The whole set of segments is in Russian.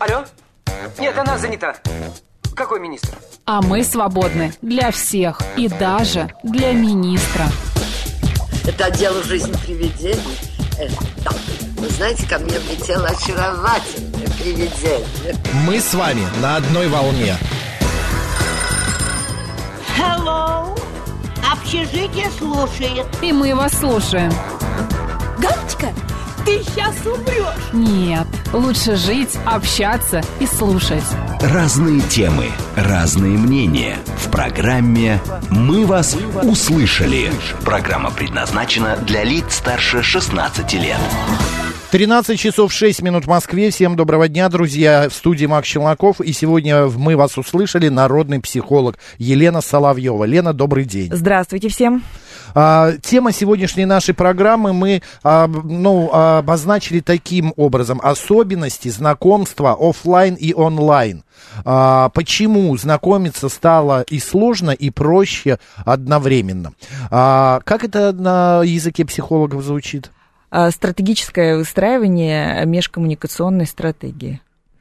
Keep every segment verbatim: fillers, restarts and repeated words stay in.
Алло? Нет, она занята. Какой министр? А мы свободны для всех и даже для министра. Это отдел «Жизнь привидений». Э, да. Вы знаете, ко мне влетело очаровательное привидение. Мы с вами на одной волне. Hello. Общежитие слушает. И мы вас слушаем. Галочка, ты сейчас умрешь. Нет, лучше жить, общаться и слушать. Разные темы, разные мнения. В программе «Мы вас услышали». Программа предназначена для лиц старше шестнадцати лет. тринадцать часов шесть минут в Москве. Всем доброго дня, друзья. В студии Макс Челноков. И сегодня «Мы вас услышали» народный психолог Елена Соловьева. Лена, добрый день. Здравствуйте всем. А, тема сегодняшней нашей программы мы а, ну, обозначили таким образом. Особенности знакомства офлайн и онлайн. А, почему знакомиться стало и сложно, и проще одновременно? А, как это на языке психологов звучит? Стратегическое выстраивание межкоммуникационной стратегии.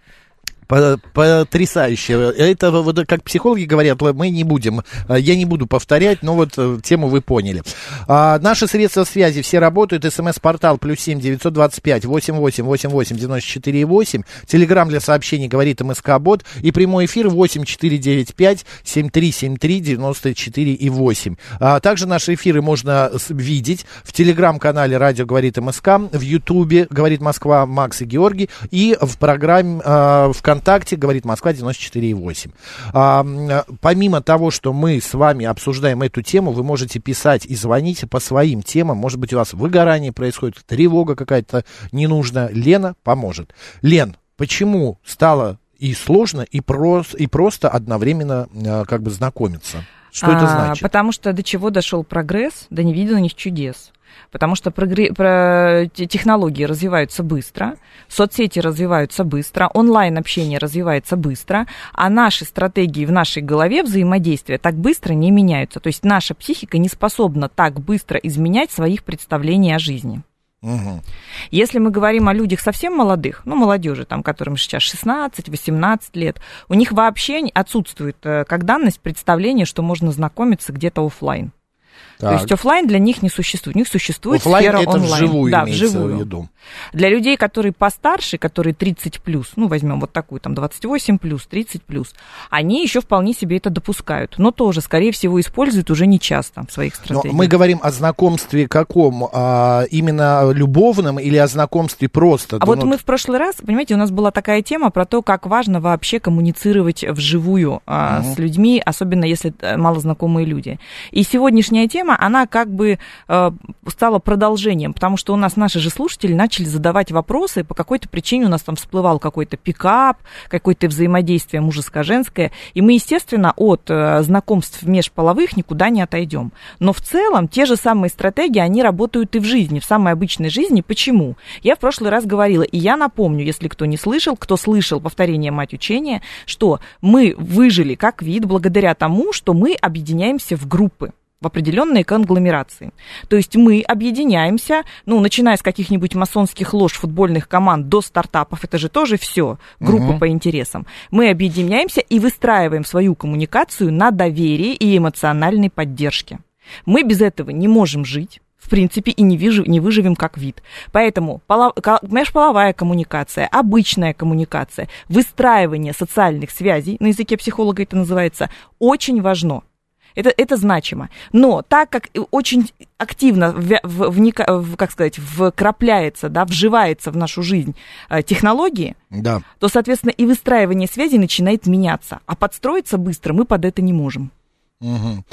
Потрясающе. Это вот как психологи говорят, мы не будем, я не буду повторять, но вот тему вы поняли. А, наши средства связи все работают. СМС-портал плюс семь девятьсот двадцать пять восемьдесят восемь восемьдесят восемь девяносто четыре восемь. Телеграм для сообщений говорит МСК-бот. И прямой эфир восемь четыре девять пять семь три семь три девяносто четыре восемь. А, также наши эфиры можно видеть в телеграм-канале «Радио говорит МСК», в Ютубе «Говорит Москва» Макс и Георгий, и в программе а, ВКонтакте ВКонтакте, говорит Москва, девяносто четыре восемь. А, помимо того, что мы с вами обсуждаем эту тему, вы можете писать и звонить по своим темам. Может быть, у вас выгорание происходит, тревога какая-то ненужная. Лена поможет. Лен, почему стало и сложно, и, прос, и просто одновременно а, как бы знакомиться? Что а, это значит? Потому что до чего дошел прогресс, до невиданных чудес. Потому что прогре... про... технологии развиваются быстро, соцсети развиваются быстро, онлайн-общение развивается быстро, а наши стратегии в нашей голове взаимодействия так быстро не меняются. То есть наша психика не способна так быстро изменять своих представлений о жизни. Угу. Если мы говорим о людях совсем молодых, ну, молодежи, там, которым сейчас шестнадцать-восемнадцать лет, у них вообще отсутствует как данность представление, что можно знакомиться где-то офлайн. Так. То есть офлайн для них не существует. У них существует офлайн сфера это онлайн. Вживую, да, имеется вживую. В виду. Для людей, которые постарше, которые тридцать плюс, ну, возьмем вот такую, там, двадцать восемь плюс, тридцать плюс, они еще вполне себе это допускают, но тоже, скорее всего, используют уже нечасто в своих стратегиях. Но мы говорим о знакомстве каком? А, именно любовном или о знакомстве просто? А да, вот ну... мы в прошлый раз, понимаете, у нас была такая тема про то, как важно вообще коммуницировать вживую а, угу. с людьми, особенно если малознакомые люди. И сегодняшняя тема, она как бы стало продолжением, потому что у нас наши же слушатели начали задавать вопросы, по какой-то причине у нас там всплывал какой-то пикап, какое-то взаимодействие мужеско-женское, и мы, естественно, от знакомств межполовых никуда не отойдем. Но в целом те же самые стратегии, они работают и в жизни, в самой обычной жизни. Почему? Я в прошлый раз говорила, и я напомню, если кто не слышал, кто слышал повторение «Мать учения», что мы выжили как вид благодаря тому, что мы объединяемся в группы, в определенные конгломерации. То есть мы объединяемся, ну, начиная с каких-нибудь масонских лож футбольных команд до стартапов, это же тоже все группа угу. по интересам. Мы объединяемся и выстраиваем свою коммуникацию на доверии и эмоциональной поддержке. Мы без этого не можем жить. В принципе, и не, вижу, не выживем как вид. Поэтому полов, межполовая коммуникация, обычная коммуникация, выстраивание социальных связей, на языке психолога это называется, очень важно. Это, это значимо. Но так как очень активно в, в, в, как сказать, вкрапляется, да, вживается в нашу жизнь технологии, да. то, соответственно, и выстраивание связей начинает меняться. А подстроиться быстро мы под это не можем. Угу.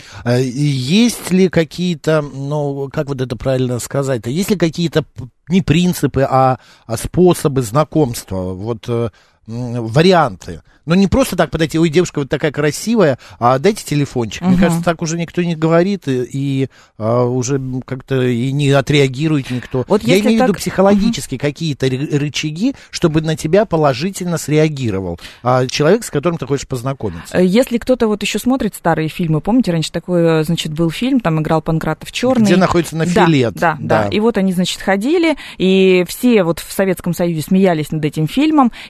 Есть ли какие-то, ну, как вот это правильно сказать-то, есть ли какие-то не принципы, а, а способы знакомства, вот варианты? Но не просто так подойти, ой, девушка вот такая красивая, а дайте телефончик. Угу. Мне кажется, так уже никто не говорит, и, и а, уже как-то и не отреагирует никто. Вот я имею в так... виду психологически угу. какие-то рычаги, чтобы на тебя положительно среагировал а, человек, с которым ты хочешь познакомиться. Если кто-то вот еще смотрит старые фильмы, помните, раньше такой, значит, был фильм, там играл Панкратов Черный. Где находится на Филет. Да, да, да. И вот они, значит, ходили, и все вот в Советском Союзе смеялись над этим фильмом, и, в общем,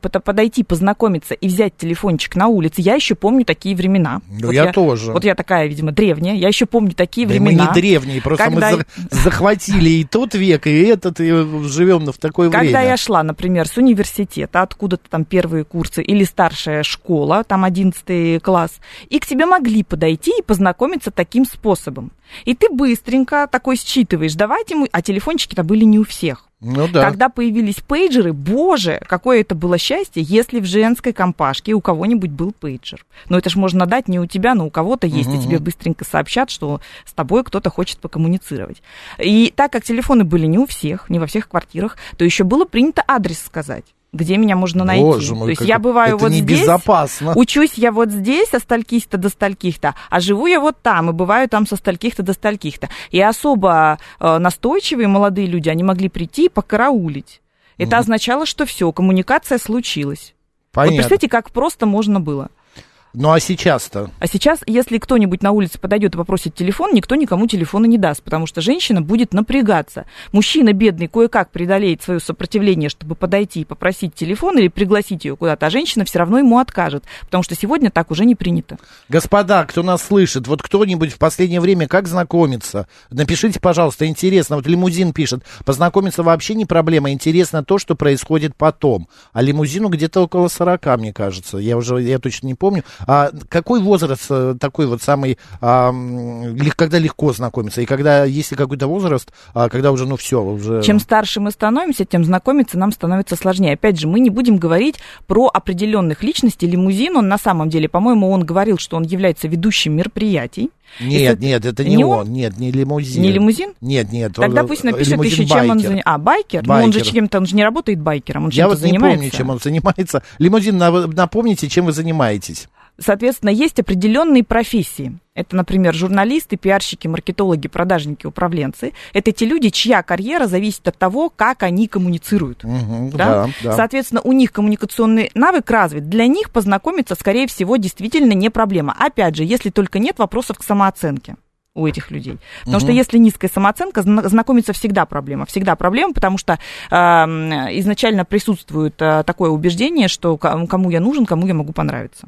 подойти, познакомиться и взять телефончик на улице, я еще помню такие времена. Ну, вот я, я тоже. Вот я такая, видимо, древняя, я еще помню такие да времена. Мы не древние, просто когда... мы за... захватили и тот век, и этот, и живем в такое когда время. Когда я шла, например, с университета, откуда-то там первые курсы, или старшая школа, там одиннадцатый класс, и к тебе могли подойти и познакомиться таким способом. И ты быстренько такой считываешь, давайте мы... А телефончики-то были не у всех. Ну, да. Когда появились пейджеры, боже, какое это было счастье, если в женской компашке у кого-нибудь был пейджер. Но это же можно дать не у тебя, но у кого-то есть, угу. и тебе быстренько сообщат, что с тобой кто-то хочет покоммуницировать. И так как телефоны были не у всех, не во всех квартирах, то еще было принято адрес сказать, где меня можно найти. Боже мой, то есть я бываю это вот здесь, учусь я вот здесь со стольких-то до стольких-то, а живу я вот там, и бываю там со стольких-то до стольких-то. И особо э, настойчивые молодые люди, они могли прийти и покараулить. Это mm-hmm. означало, что все, коммуникация случилась. Понятно. Вот представьте, как просто можно было. Ну, а сейчас-то? А сейчас, если кто-нибудь на улице подойдет и попросит телефон, никто никому телефона не даст, потому что женщина будет напрягаться. Мужчина бедный кое-как преодолеет свое сопротивление, чтобы подойти и попросить телефон или пригласить ее куда-то, а женщина все равно ему откажет, потому что сегодня так уже не принято. Господа, кто нас слышит, вот кто-нибудь в последнее время как знакомиться? Напишите, пожалуйста, интересно. Вот лимузин пишет, познакомиться вообще не проблема, интересно то, что происходит потом. А лимузину где-то около сорока, мне кажется, я уже, я точно не помню. А какой возраст такой вот самый, а, когда легко знакомиться, и когда, есть ли какой-то возраст, а, когда уже, ну, все, уже... Чем старше мы становимся, тем знакомиться нам становится сложнее. Опять же, мы не будем говорить про определенных личностей. Лимузин, он на самом деле, по-моему, он говорил, что он является ведущим мероприятий. Нет, Если... нет, это не, не он. он, нет, не лимузин. Не лимузин? Нет, нет. Тогда он, пусть напишет лимузин еще, чем байкер. он занимается. А, байкер? байкер. Ну, он же чем-то, он же не работает байкером, он Я чем-то вот занимается. Я не помню, чем он занимается. Лимузин, напомните, чем вы занимаетесь. Соответственно, есть определенные профессии. Это, например, журналисты, пиарщики, маркетологи, продажники, управленцы. Это те люди, чья карьера зависит от того, как они коммуницируют. Угу, да? Да, да. Соответственно, у них коммуникационный навык развит. Для них познакомиться, скорее всего, действительно не проблема. Опять же, если только нет вопросов к самооценке у этих людей. Потому угу. что если низкая самооценка, знакомиться всегда проблема. Всегда проблема, потому что э, изначально присутствует э, такое убеждение, что кому я нужен, кому я могу понравиться.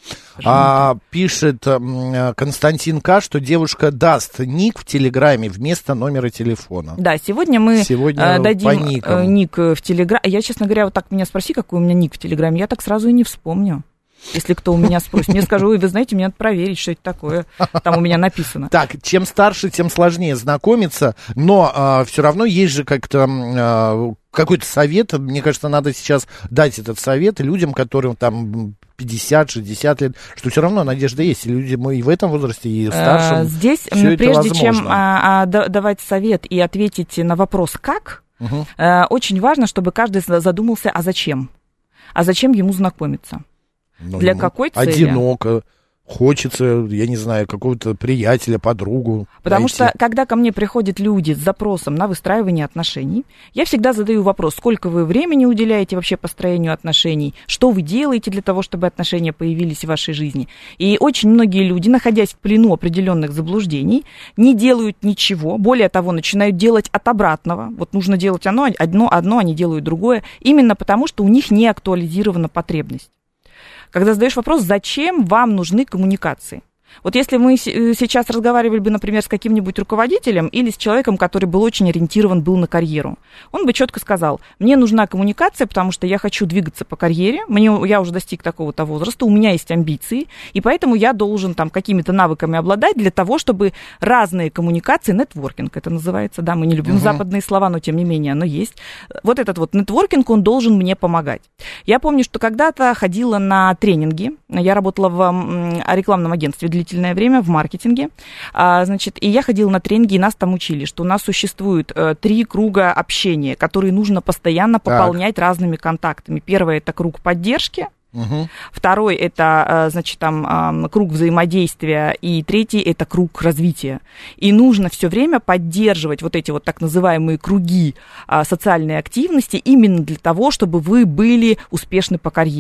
А, пишет Константин К., что девушка даст ник в Телеграме вместо номера телефона. Да, сегодня мы сегодня дадим ник в Телеграме. Я, честно говоря, вот так меня спроси, какой у меня ник в Телеграме, я так сразу и не вспомню. Если кто у меня спросит, мне скажу, ой, вы знаете, мне надо проверить, что это такое. Там у меня написано. Так, чем старше, тем сложнее знакомиться, но а, все равно есть же как-то а, какой-то совет. Мне кажется, надо сейчас дать этот совет людям, которым там пятьдесят-шестьдесят лет, что все равно надежда есть. И люди мы и в этом возрасте, и в старшем. Здесь, прежде чем а, а, давать совет и ответить на вопрос «как?», угу. а, очень важно, чтобы каждый задумался, а зачем? А зачем ему знакомиться? Ну, Для какой цели? Одиноко. Хочется, я не знаю, какого-то приятеля, подругу. Потому найти. Что, когда ко мне приходят люди с запросом на выстраивание отношений, я всегда задаю вопрос, сколько вы времени уделяете вообще построению отношений, что вы делаете для того, чтобы отношения появились в вашей жизни. И очень многие люди, находясь в плену определенных заблуждений, не делают ничего, более того, начинают делать от обратного. Вот нужно делать одно, одно, одно, они делают другое, именно потому, что у них не актуализирована потребность. Когда задаешь вопрос, зачем вам нужны коммуникации? Вот если мы сейчас разговаривали бы, например, с каким-нибудь руководителем или с человеком, который был очень ориентирован был на карьеру, он бы четко сказал, мне нужна коммуникация, потому что я хочу двигаться по карьере, мне, я уже достиг такого-то возраста, у меня есть амбиции, и поэтому я должен там какими-то навыками обладать для того, чтобы разные коммуникации, нетворкинг это называется, да, мы не любим uh-huh. западные слова, но тем не менее оно есть. Вот этот вот нетворкинг, он должен мне помогать. Я помню, что когда-то ходила на тренинги, я работала в рекламном агентстве длительное время в маркетинге, а, значит, и я ходила на тренинги, и нас там учили, что у нас существует э, три круга общения, которые нужно постоянно пополнять так. разными контактами. Первый – это круг поддержки, угу. второй – это, значит, там, круг взаимодействия, и третий – это круг развития. И нужно все время поддерживать вот эти вот так называемые круги социальной активности именно для того, чтобы вы были успешны по карьере.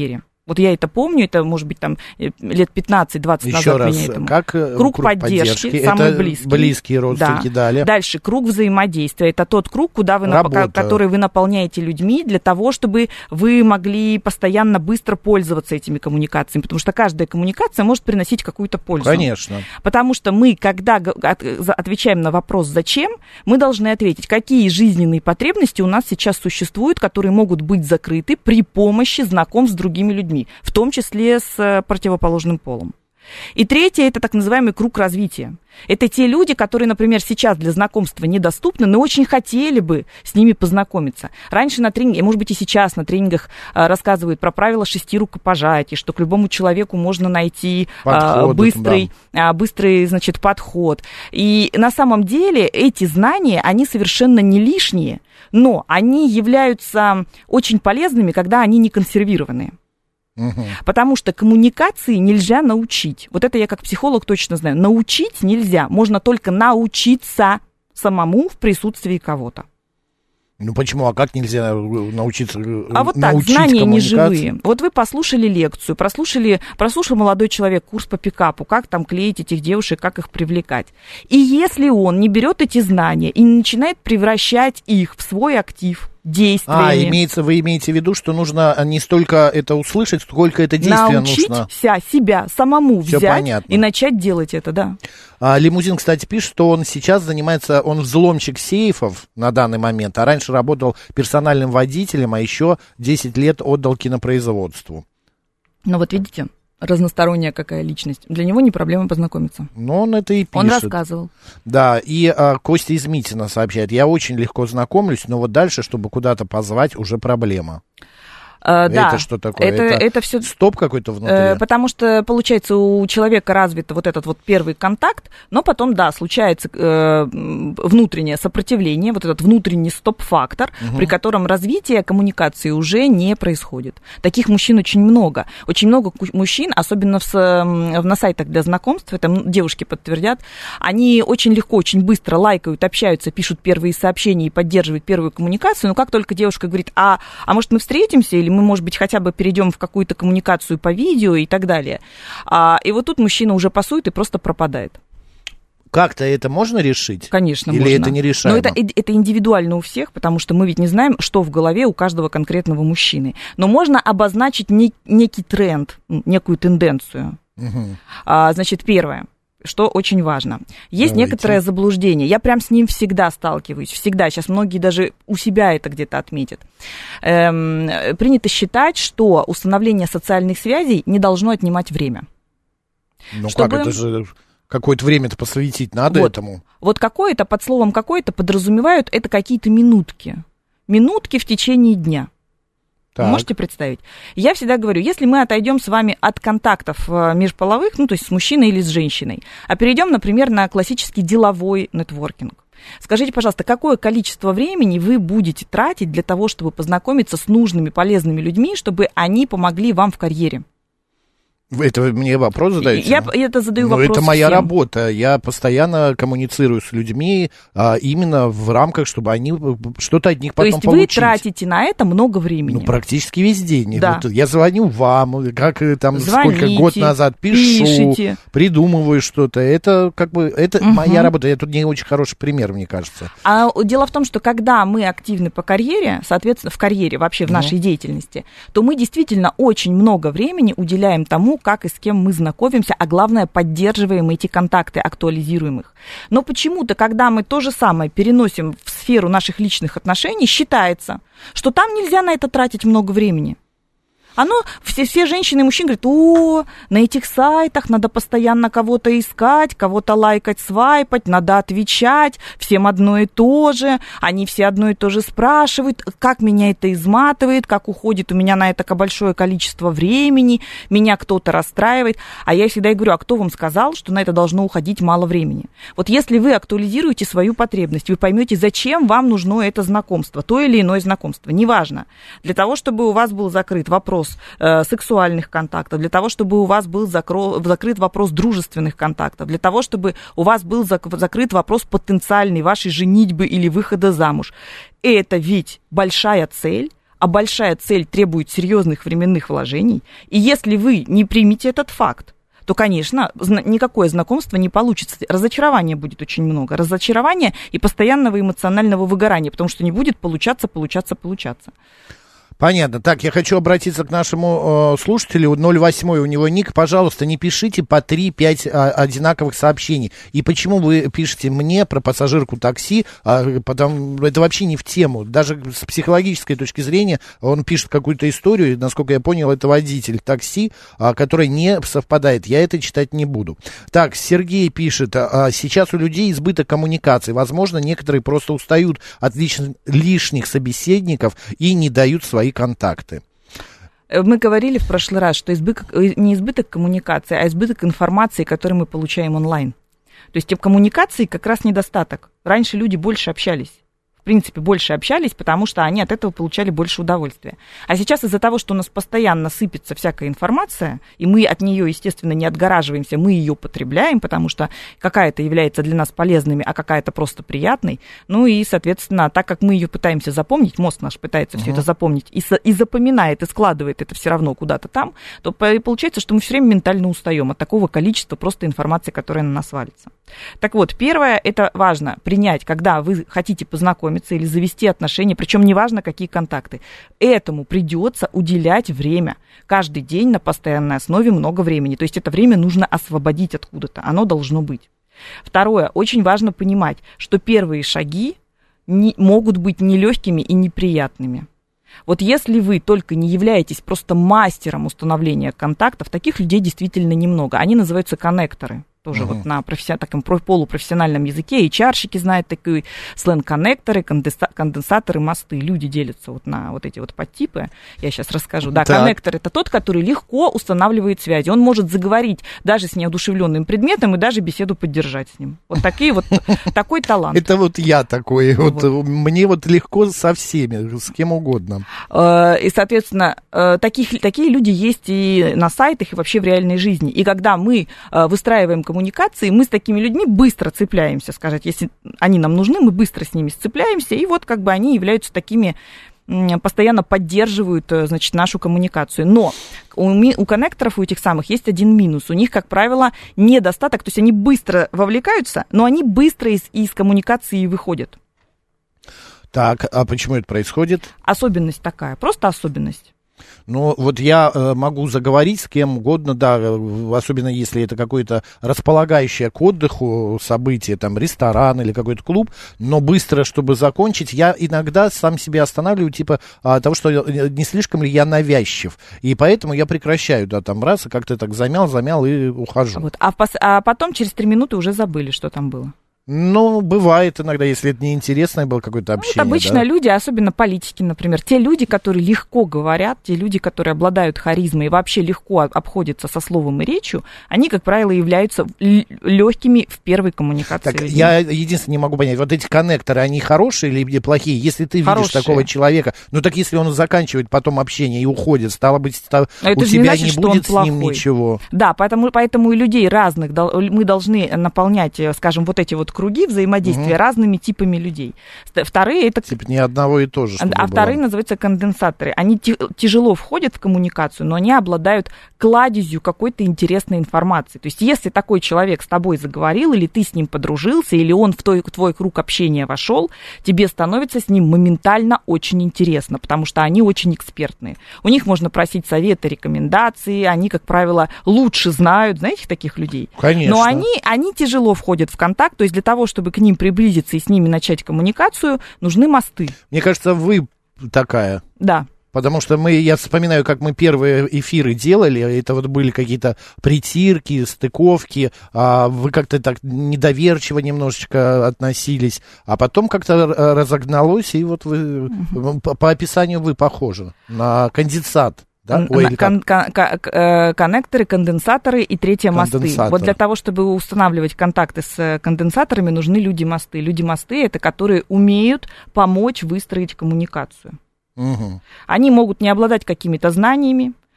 Вот я это помню, это, может быть, там лет пятнадцать-двадцать Еще назад раз, меня этому. как Круг, круг поддержки, поддержки, самый это близкий. близкие родственники, да. далее. Дальше, круг взаимодействия. Это тот круг, куда вы нап- который вы наполняете людьми для того, чтобы вы могли постоянно быстро пользоваться этими коммуникациями. Потому что каждая коммуникация может приносить какую-то пользу. Конечно. Потому что мы, когда отвечаем на вопрос «зачем?», мы должны ответить, какие жизненные потребности у нас сейчас существуют, которые могут быть закрыты при помощи знакомств с другими людьми, в том числе с противоположным полом. И третье – это так называемый круг развития. Это те люди, которые, например, сейчас для знакомства недоступны, но очень хотели бы с ними познакомиться. Раньше на тренинге, может быть, и сейчас на тренингах рассказывают про правила шести рукопожатий, что к любому человеку можно найти подход, быстрый, да. быстрый, значит, подход. И на самом деле эти знания, они совершенно не лишние, но они являются очень полезными, когда они не консервированные. Угу. Потому что коммуникации нельзя научить. Вот это я как психолог точно знаю. Научить нельзя. Можно только научиться самому в присутствии кого-то. Ну почему? А как нельзя научиться? А вот так, знания не живые. Вот вы послушали лекцию, прослушали, прослушал молодой человек курс по пикапу, как там клеить этих девушек, как их привлекать. И если он не берет эти знания и не начинает превращать их в свой актив, действиями. А, имеется, вы имеете в виду, что нужно не столько это услышать, сколько это действие научить нужно. Научить себя самому Всё взять понятно. И начать делать это, да. А, Лимузин, кстати, пишет, что он сейчас занимается, он взломщик сейфов на данный момент, а раньше работал персональным водителем, а еще десять лет отдал кинопроизводству. Ну вот видите, разносторонняя какая личность. Для него не проблема познакомиться. Ну, он это и пишет. Он рассказывал. Да, и а, Костя из Митина сообщает, я очень легко знакомлюсь, но вот дальше, чтобы куда-то позвать, уже проблема. Uh, это да, что такое? Это, это, это все... Стоп какой-то внутри? Uh, потому что, получается, у человека развит вот этот вот первый контакт, но потом, да, случается uh, внутреннее сопротивление, вот этот внутренний стоп-фактор, угу. при котором развитие коммуникации уже не происходит. Таких мужчин очень много. Очень много мужчин, особенно в, на сайтах для знакомств, это девушки подтвердят, они очень легко, очень быстро лайкают, общаются, пишут первые сообщения и поддерживают первую коммуникацию, но как только девушка говорит, а, а может мы встретимся, или мы, может быть, хотя бы перейдем в какую-то коммуникацию по видео и так далее. А, и вот тут мужчина уже пасует и просто пропадает. Как-то это можно решить? Конечно, Или можно. это нерешаемо? Но это, это индивидуально у всех, потому что мы ведь не знаем, что в голове у каждого конкретного мужчины. Но можно обозначить не, некий тренд, некую тенденцию. Угу. А, значит, первое. Что очень важно. Есть Давайте. некоторое заблуждение. Я прям с ним всегда сталкиваюсь. Всегда. Сейчас многие даже у себя это где-то отметят. Эм, принято считать, что установление социальных связей не должно отнимать время. Ну Чтобы... как, это же какое-то время-то посвятить надо вот, этому. Вот какое-то, под словом какое-то подразумевают это какие-то минутки. Минутки в течение дня. Так. Можете представить? Я всегда говорю, если мы отойдем с вами от контактов межполовых, ну, то есть с мужчиной или с женщиной, а перейдем, например, на классический деловой нетворкинг. Скажите, пожалуйста, какое количество времени вы будете тратить для того, чтобы познакомиться с нужными, полезными людьми, чтобы они помогли вам в карьере? Это мне вопрос задаете? Я это задаю вопрос. Ну, это моя всем. работа. Я постоянно коммуницирую с людьми а, именно в рамках, чтобы они что-то от них потом получить. То есть вы тратите на это много времени? Ну, практически весь день. Да. Вот я звоню вам, как там Звоните, сколько год назад пишу, пишите. придумываю что-то. Это как бы это угу. моя работа. Я тут не очень хороший пример, мне кажется. А дело в том, что когда мы активны по карьере, соответственно, в карьере вообще в угу. нашей деятельности, то мы действительно очень много времени уделяем тому, как и с кем мы знакомимся, а главное, поддерживаем эти контакты, актуализируем их. Но почему-то, когда мы то же самое переносим в сферу наших личных отношений, считается, что там нельзя на это тратить много времени. Оно, все, все женщины и мужчины говорят, о, на этих сайтах надо постоянно кого-то искать, кого-то лайкать, свайпать, надо отвечать, всем одно и то же, они все одно и то же спрашивают, как меня это изматывает, как уходит у меня на это большое количество времени, меня кто-то расстраивает, а я всегда и говорю, а кто вам сказал, что на это должно уходить мало времени? Вот если вы актуализируете свою потребность, вы поймете, зачем вам нужно это знакомство, то или иное знакомство, неважно, для того, чтобы у вас был закрыт вопрос сексуальных контактов, для того, чтобы у вас был закро... закрыт вопрос дружественных контактов, для того, чтобы у вас был зак... закрыт вопрос потенциальной вашей женитьбы или выхода замуж. Это ведь большая цель, а большая цель требует серьезных временных вложений, и если вы не примете этот факт, то, конечно, никакое знакомство не получится. Разочарования будет очень много. Разочарования и постоянного эмоционального выгорания, потому что не будет получаться, получаться, получаться. Понятно. Так, я хочу обратиться к нашему э, слушателю. ноль восемь у него ник. Пожалуйста, не пишите по три-пять э, одинаковых сообщений. И почему вы пишете мне про пассажирку такси? А, потому, это вообще не в тему. Даже с психологической точки зрения он пишет какую-то историю. Насколько я понял, это водитель такси, а, который не совпадает. Я это читать не буду. Так, Сергей пишет. А, сейчас у людей избыток коммуникаций. Возможно, некоторые просто устают от лиш... лишних собеседников и не дают свои контакты. Мы говорили в прошлый раз, что избыток, не избыток коммуникации, а избыток информации, которую мы получаем онлайн. То есть коммуникации как раз недостаток. Раньше люди больше общались. В принципе, больше общались, потому что они от этого получали больше удовольствия. А сейчас из-за того, что у нас постоянно сыпется всякая информация, и мы от нее, естественно, не отгораживаемся, мы ее потребляем, потому что какая-то является для нас полезной, а какая-то просто приятной. Ну и, соответственно, так как мы ее пытаемся запомнить, мозг наш пытается uh-huh. все это запомнить и, и запоминает, и складывает это все равно куда-то там, то получается, что мы все время ментально устаем от такого количества просто информации, которая на нас валится. Так вот, первое, это важно принять, когда вы хотите познакомиться или завести отношения, причем неважно, какие контакты. Этому придется уделять время. Каждый день на постоянной основе много времени. То есть это время нужно освободить откуда-то. Оно должно быть. Второе, очень важно понимать, что первые шаги не, могут быть нелегкими и неприятными. Вот если вы только не являетесь просто мастером установления контактов, таких людей действительно немного. Они называются коннекторы. Тоже uh-huh. вот на професси... таком полупрофессиональном языке. эйч ар-щики знают такой сленг, коннекторы, конденса... конденсаторы, мосты. Люди делятся вот на вот эти вот подтипы. Я сейчас расскажу. Да, так. Коннектор — это тот, который легко устанавливает связи. Он может заговорить даже с неодушевленным предметом и даже беседу поддержать с ним. Вот такие вот, такой талант. Это вот я такой. Вот. Мне вот легко со всеми, с кем угодно. И, соответственно, таких, такие люди есть и на сайтах, и вообще в реальной жизни. И когда мы выстраиваем коммуникацию, коммуникации, мы с такими людьми быстро цепляемся, сказать, если они нам нужны, мы быстро с ними сцепляемся, и вот как бы они являются такими, постоянно поддерживают, значит, нашу коммуникацию. Но у, у коннекторов, у этих самых, есть один минус. У них, как правило, недостаток, то есть они быстро вовлекаются, но они быстро из, из коммуникации выходят. Так, а почему это происходит? Особенность такая, просто особенность. Ну, вот я э, могу заговорить с кем угодно, да, особенно если это какое-то располагающее к отдыху событие, там, ресторан или какой-то клуб, но быстро, чтобы закончить, я иногда сам себя останавливаю, типа, а, того, что не слишком ли я навязчив, и поэтому я прекращаю, да, там, раз, и как-то так замял, замял и ухожу. Вот. А, пос- а потом через три минуты уже забыли, что там было. Ну, бывает иногда, если это неинтересное было какое-то общение. Ну, это обычно да? люди, особенно политики, например. Те люди, которые легко говорят, те люди, которые обладают харизмой и вообще легко обходятся со словом и речью, они, как правило, являются легкими в первой коммуникации. Так, я единственное не могу понять, вот эти коннекторы, они хорошие или плохие? Если ты хорошие. Видишь такого человека, ну так если он заканчивает потом общение и уходит, стало быть, это у тебя не, значит, не будет с ним ничего. Да, поэтому, поэтому и людей разных мы должны наполнять, скажем, вот эти вот круги взаимодействия угу. разными типами людей. Вторые это... Типа не одного и то же. А было. Вторые называются конденсаторы. Они тяжело входят в коммуникацию, но они обладают кладезью какой-то интересной информации. То есть если такой человек с тобой заговорил, или ты с ним подружился, или он в твой, в твой круг общения вошел, тебе становится с ним моментально очень интересно, потому что они очень экспертные. У них можно просить советы, рекомендации, они, как правило, лучше знают, знаете, таких людей. Конечно. Но они, они тяжело входят в контакт, то есть для того, чтобы к ним приблизиться и с ними начать коммуникацию, нужны мосты. Мне кажется, вы такая. Да. Потому что мы, я вспоминаю, как мы первые эфиры делали, это вот были какие-то притирки, стыковки, а вы как-то так недоверчиво немножечко относились, а потом как-то разогналось, и вот вы, угу. по, по описанию вы похожи на конденсат. Да? Ой, кон- кон- кон- коннекторы, конденсаторы и третье мосты. Вот для того, чтобы устанавливать контакты с конденсаторами, нужны люди-мосты. Люди-мосты — это которые умеют помочь выстроить коммуникацию. Угу. Они могут не обладать какими-то знаниями,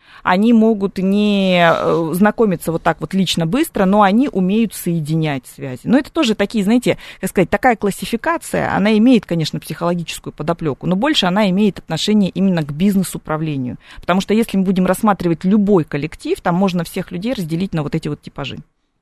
они могут не знакомиться вот так вот лично быстро, но они умеют соединять связи. Но это тоже такие, знаете, как сказать, такая классификация, она имеет, конечно, психологическую подоплеку, но больше она имеет отношение именно к бизнес-управлению. Потому что если мы будем рассматривать любой коллектив, там можно всех людей разделить на вот эти вот типажи.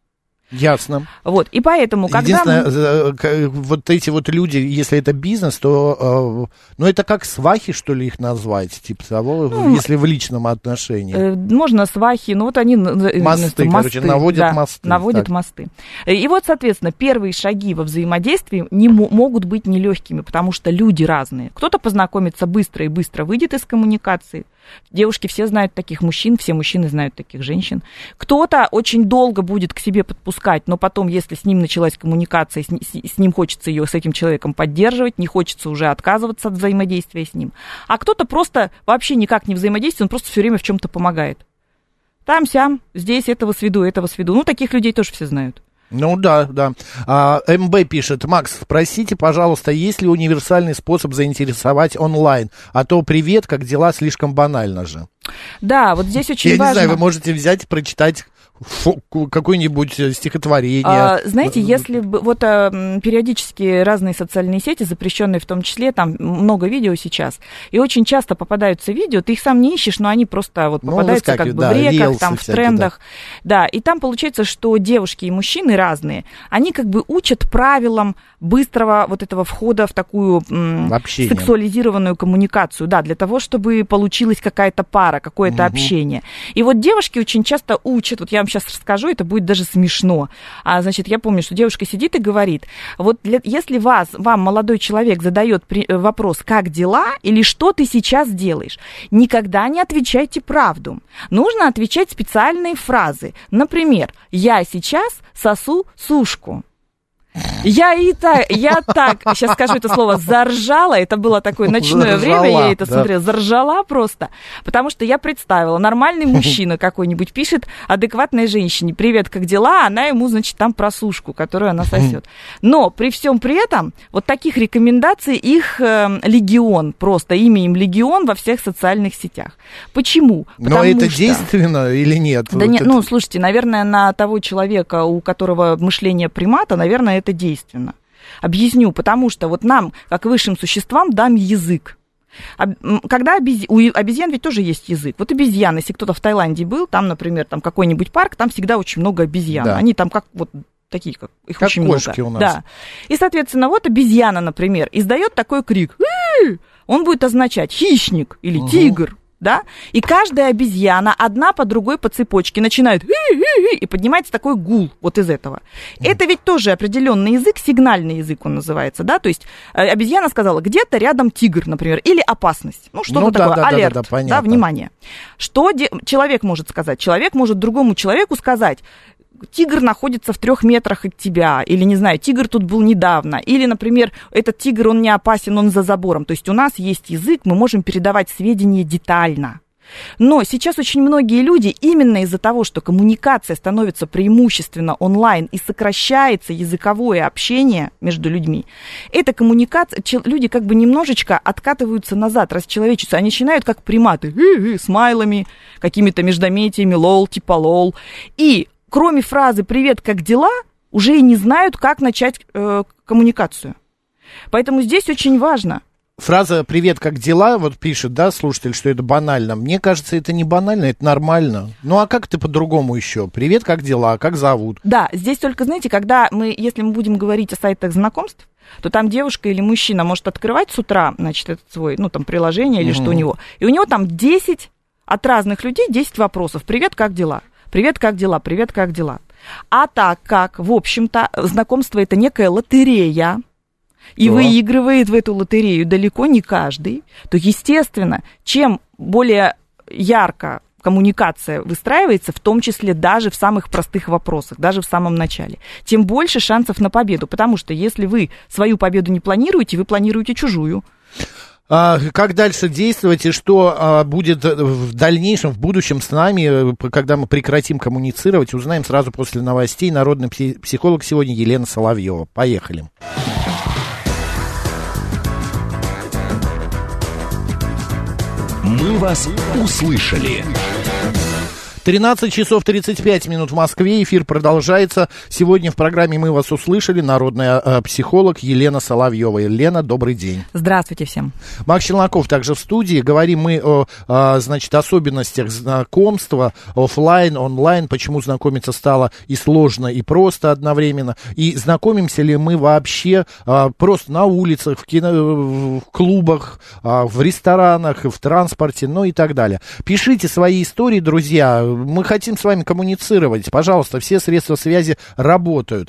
Ясно. Вот, и поэтому, когда мы... вот эти вот люди, если это бизнес, то, ну, это как свахи, что ли, их назвать, типа того, ну, если в личном отношении. Можно свахи, ну, вот они... Мосты, мосты короче, наводят да, мосты. наводят так. мосты. И вот, соответственно, первые шаги во взаимодействии не м- могут быть нелегкими, потому что люди разные. Кто-то познакомится быстро и быстро выйдет из коммуникации. Девушки все знают таких мужчин, все мужчины знают таких женщин. Кто-то очень долго будет к себе подпускать, но потом, если с ним началась коммуникация, с, с, с ним хочется ее, с этим человеком поддерживать, не хочется уже отказываться от взаимодействия с ним. А кто-то просто вообще никак не взаимодействует, он просто все время в чем-то помогает. Там-сям, здесь этого сведу, этого сведу. Ну, таких людей тоже все знают. Ну да, да. А, МБ пишет: Макс, спросите, пожалуйста, есть ли универсальный способ заинтересовать онлайн? А то привет, как дела, слишком банально же. Да, вот здесь очень Я важно. Я не знаю, вы можете взять и прочитать фу, какое-нибудь стихотворение. А, знаете, если бы вот а, периодически разные социальные сети, запрещенные в том числе, там много видео сейчас, и очень часто попадаются видео, ты их сам не ищешь, но они просто вот попадаются ну, как бы да, в реках, там, в всякие, трендах. Да. да, и там получается, что девушки и мужчины разные, они как бы учат правилам быстрого вот этого входа в такую м, сексуализированную коммуникацию, да, для того, чтобы получилась какая-то пара, какое-то угу. общение. И вот девушки очень часто учат, вот я вам сейчас расскажу, это будет даже смешно. А, значит, я помню, что девушка сидит и говорит, вот для, если вас, вам молодой человек задает при, вопрос, как дела, или что ты сейчас делаешь, никогда не отвечайте правду. Нужно отвечать специальные фразы. Например, я сейчас сосу сушку. Я и так, я так, сейчас скажу это слово, заржала, это было такое ночное заржала, время, я это да. смотрела, заржала просто, потому что я представила, нормальный мужчина какой-нибудь пишет адекватной женщине, привет, как дела, она ему, значит, там про сушку, которую она сосет. Но при всем при этом, вот таких рекомендаций их э, легион, просто имя им легион во всех социальных сетях. Почему? Потому Но это что... действенно или нет? Да вот нет, это... ну, слушайте, наверное, на того человека, у которого мышление примата, наверное, это действенно. Объясню, потому что вот нам, как высшим существам, дан язык. Когда обез... у обезьян ведь тоже есть язык. Вот обезьяны, если кто-то в Таиланде был, там, например, там какой-нибудь парк, там всегда очень много обезьян. Да. Они там как вот такие, как их как очень кошки много. У нас. Да. И, соответственно, вот обезьяна, например, издает такой крик. Он будет означать хищник или угу. тигр. Да? И каждая обезьяна одна по другой по цепочке начинает и поднимается такой гул вот из этого. Это ведь тоже определенный язык, сигнальный язык он называется, да, то есть обезьяна сказала, где-то рядом тигр, например, или опасность, ну что-то ну, такое, да, алерт, да, да, да, да, внимание. Что де- человек может сказать? Человек может другому человеку сказать, тигр находится в трех метрах от тебя, или, не знаю, тигр тут был недавно, или, например, этот тигр, он не опасен, он за забором. То есть у нас есть язык, мы можем передавать сведения детально. Но сейчас очень многие люди именно из-за того, что коммуникация становится преимущественно онлайн и сокращается языковое общение между людьми, эта коммуникация, люди как бы немножечко откатываются назад, расчеловечиваются, они начинают как приматы, смайлами, какими-то междометиями, лол, типа лол, и кроме фразы «привет, как дела», уже и не знают, как начать э, коммуникацию. Поэтому здесь очень важно. Фраза «привет, как дела», вот пишет, да, слушатель, что это банально. Мне кажется, это не банально, это нормально. Ну, а как ты по-другому еще? «Привет, как дела? Как зовут?» Да, здесь только, знаете, когда мы, если мы будем говорить о сайтах знакомств, то там девушка или мужчина может открывать с утра, значит, этот свой, ну, там, приложение или mm-hmm. что у него, и у него там десять от разных людей, десять вопросов. «Привет, как дела?» «Привет, как дела? Привет, как дела?» А так как, в общем-то, знакомство – это некая лотерея, и да. выигрывает в эту лотерею далеко не каждый, то, естественно, чем более ярко коммуникация выстраивается, в том числе даже в самых простых вопросах, даже в самом начале, тем больше шансов на победу, потому что если вы свою победу не планируете, вы планируете чужую. А как дальше действовать и что а, будет в дальнейшем, в будущем с нами, когда мы прекратим коммуницировать, узнаем сразу после новостей. Народный психолог сегодня Елена Соловьева. Поехали. Мы вас услышали. тринадцать часов тридцать пять минут в Москве. Эфир продолжается. Сегодня в программе «Мы вас услышали» народная э, психолог Елена Соловьева. Елена, добрый день. Здравствуйте всем. Макс Челноков также в студии. Говорим мы о, о значит, особенностях знакомства офлайн, онлайн, почему знакомиться стало и сложно, и просто одновременно. И знакомимся ли мы вообще а, просто на улицах, в, кино, в клубах, а, в ресторанах, в транспорте, ну и так далее. Пишите свои истории, друзья. Мы хотим с вами коммуницировать. Пожалуйста, все средства связи работают.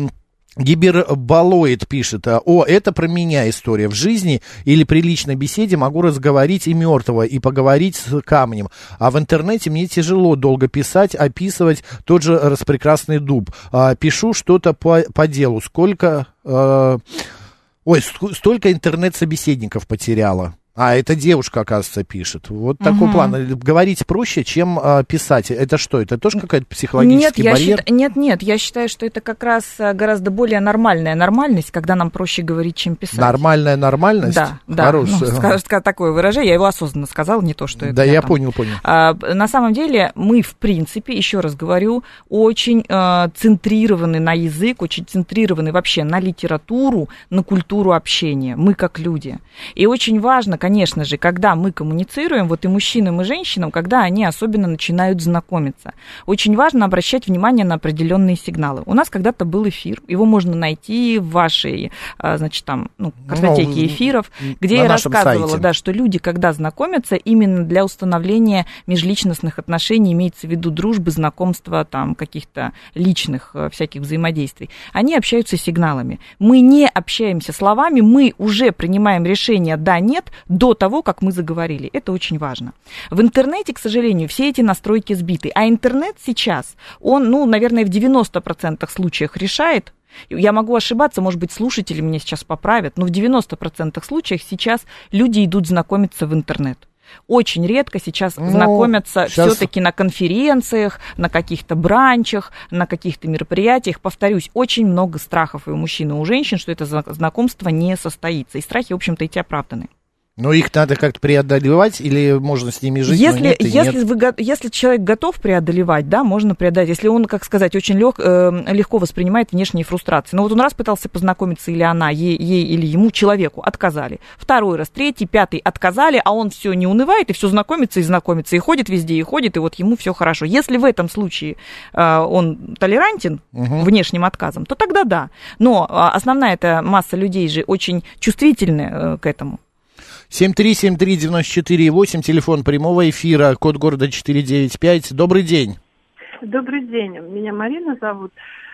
Гиберболоид пишет: о, это про меня история. В жизни или при личной беседе могу разговорить и мертвого, и поговорить с камнем. А в интернете мне тяжело долго писать, описывать тот же распрекрасный дуб. А, пишу что-то по, по делу. Сколько... Э, ой, столько интернет-собеседников потеряла. А, это девушка, оказывается, пишет. Вот угу. такой план. Говорить проще, чем а, писать. Это что? Это тоже какой-то психологический нет, барьер? Я счит... Нет, нет, я считаю, что это как раз гораздо более нормальная нормальность, когда нам проще говорить, чем писать. Нормальная нормальность? Да, да. Хорошее. Ну, скажу, такое выражение, я его осознанно сказала, не то, что это... Да, я, я там... понял, понял. А, на самом деле мы, в принципе, еще раз говорю, очень а, центрированы на язык, очень центрированы вообще на литературу, на культуру общения. Мы как люди. И очень важно, конечно же, когда мы коммуницируем, вот и мужчинам, и женщинам, когда они особенно начинают знакомиться, очень важно обращать внимание на определенные сигналы. У нас когда-то был эфир, его можно найти в вашей, значит, там, ну, картотеке ну, эфиров, где я рассказывала, да, что люди, когда знакомятся, именно для установления межличностных отношений, имеется в виду дружбы, знакомства, там, каких-то личных всяких взаимодействий, они общаются сигналами. Мы не общаемся словами, мы уже принимаем решение «да», «нет» до того, как мы заговорили. Это очень важно. В интернете, к сожалению, все эти настройки сбиты. А интернет сейчас, он, ну, наверное, в девяноста процентах случаев решает. Я могу ошибаться, может быть, слушатели меня сейчас поправят, но в девяноста процентах случаев сейчас люди идут знакомиться в интернет. Очень редко сейчас ну, знакомятся сейчас... все-таки на конференциях, на каких-то бранчах, на каких-то мероприятиях. Повторюсь, очень много страхов и у мужчин, и у женщин, что это знакомство не состоится. И страхи, в общем-то, эти оправданы. Но их надо как-то преодолевать или можно с ними жить? Если, нет, если, нет. Вы, если человек готов преодолевать, да, можно преодолеть. Если он, как сказать, очень лег, э, легко воспринимает внешние фрустрации. Но вот он раз пытался познакомиться, или она, ей, ей или ему, человеку, отказали. Второй раз, третий, пятый отказали, а он все не унывает, и все знакомится и знакомится, и ходит везде, и ходит, и вот ему все хорошо. Если в этом случае э, он толерантен угу. внешним отказом, то тогда да. Но э, основная эта масса людей же очень чувствительны э, к этому. семь три семь три девять четыре восемь, телефон прямого эфира, код города четыре девять пять. Добрый день. Добрый день. Меня Марина зовут.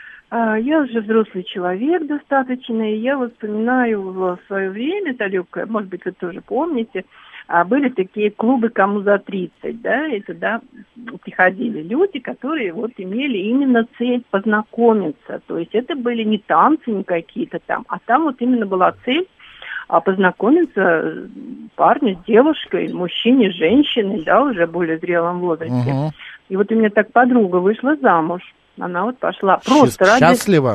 Я уже взрослый человек достаточно, и я вот вспоминаю в свое время далекое, может быть, вы тоже помните, были такие клубы «Кому за тридцать», да, и туда приходили люди, которые вот имели именно цель познакомиться. То есть это были не танцы не какие-то там, а там вот именно была цель а познакомиться парню с девушкой, мужчине с женщиной, да, уже в более зрелом возрасте. Угу. И вот у меня так подруга вышла замуж. Она вот пошла просто ради... Счастлива?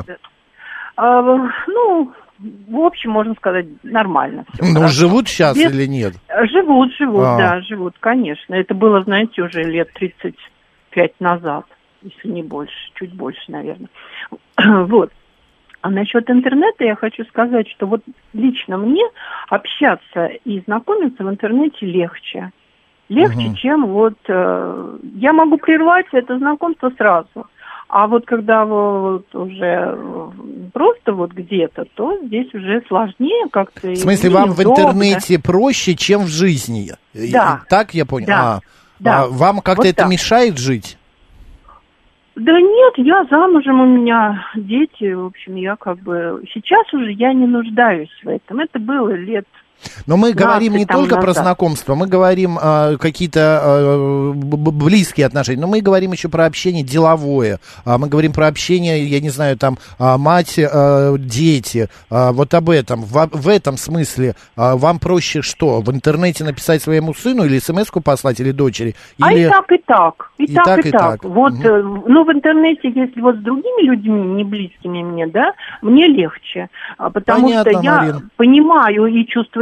А, ну, в общем, можно сказать, нормально. Ну, хорошо. Живут сейчас Без... или нет? Живут, живут, а. да, живут, конечно. Это было, знаете, уже лет тридцать пять назад, если не больше, чуть больше, наверное. Вот. А насчет интернета я хочу сказать, что вот лично мне общаться и знакомиться в интернете легче. Легче, угу. чем вот... Э, я могу прервать это знакомство сразу. А вот когда вот уже просто вот где-то, то здесь уже сложнее как-то. В смысле, вам в интернете проще, чем в жизни? Да. Так я понял? Да. А, да. А вам как-то вот это так. мешает жить? Да нет, я замужем, у меня дети, в общем, я как бы... Сейчас уже я не нуждаюсь в этом. Это было лет... Но мы говорим не только назад. про знакомство, мы говорим э, какие-то э, близкие отношения, но мы говорим еще про общение деловое, э, мы говорим про общение, я не знаю, там, э, мать, э, дети, э, вот об этом. В, в этом смысле э, вам проще что? В интернете написать своему сыну или смс-ку послать, или дочери? Или... А и так, и так. И, и так, так, и так. так. Вот, угу. э, ну, в интернете, если вот с другими людьми, не близкими мне, да, мне легче, потому Понятно, что я Марин. понимаю и чувствую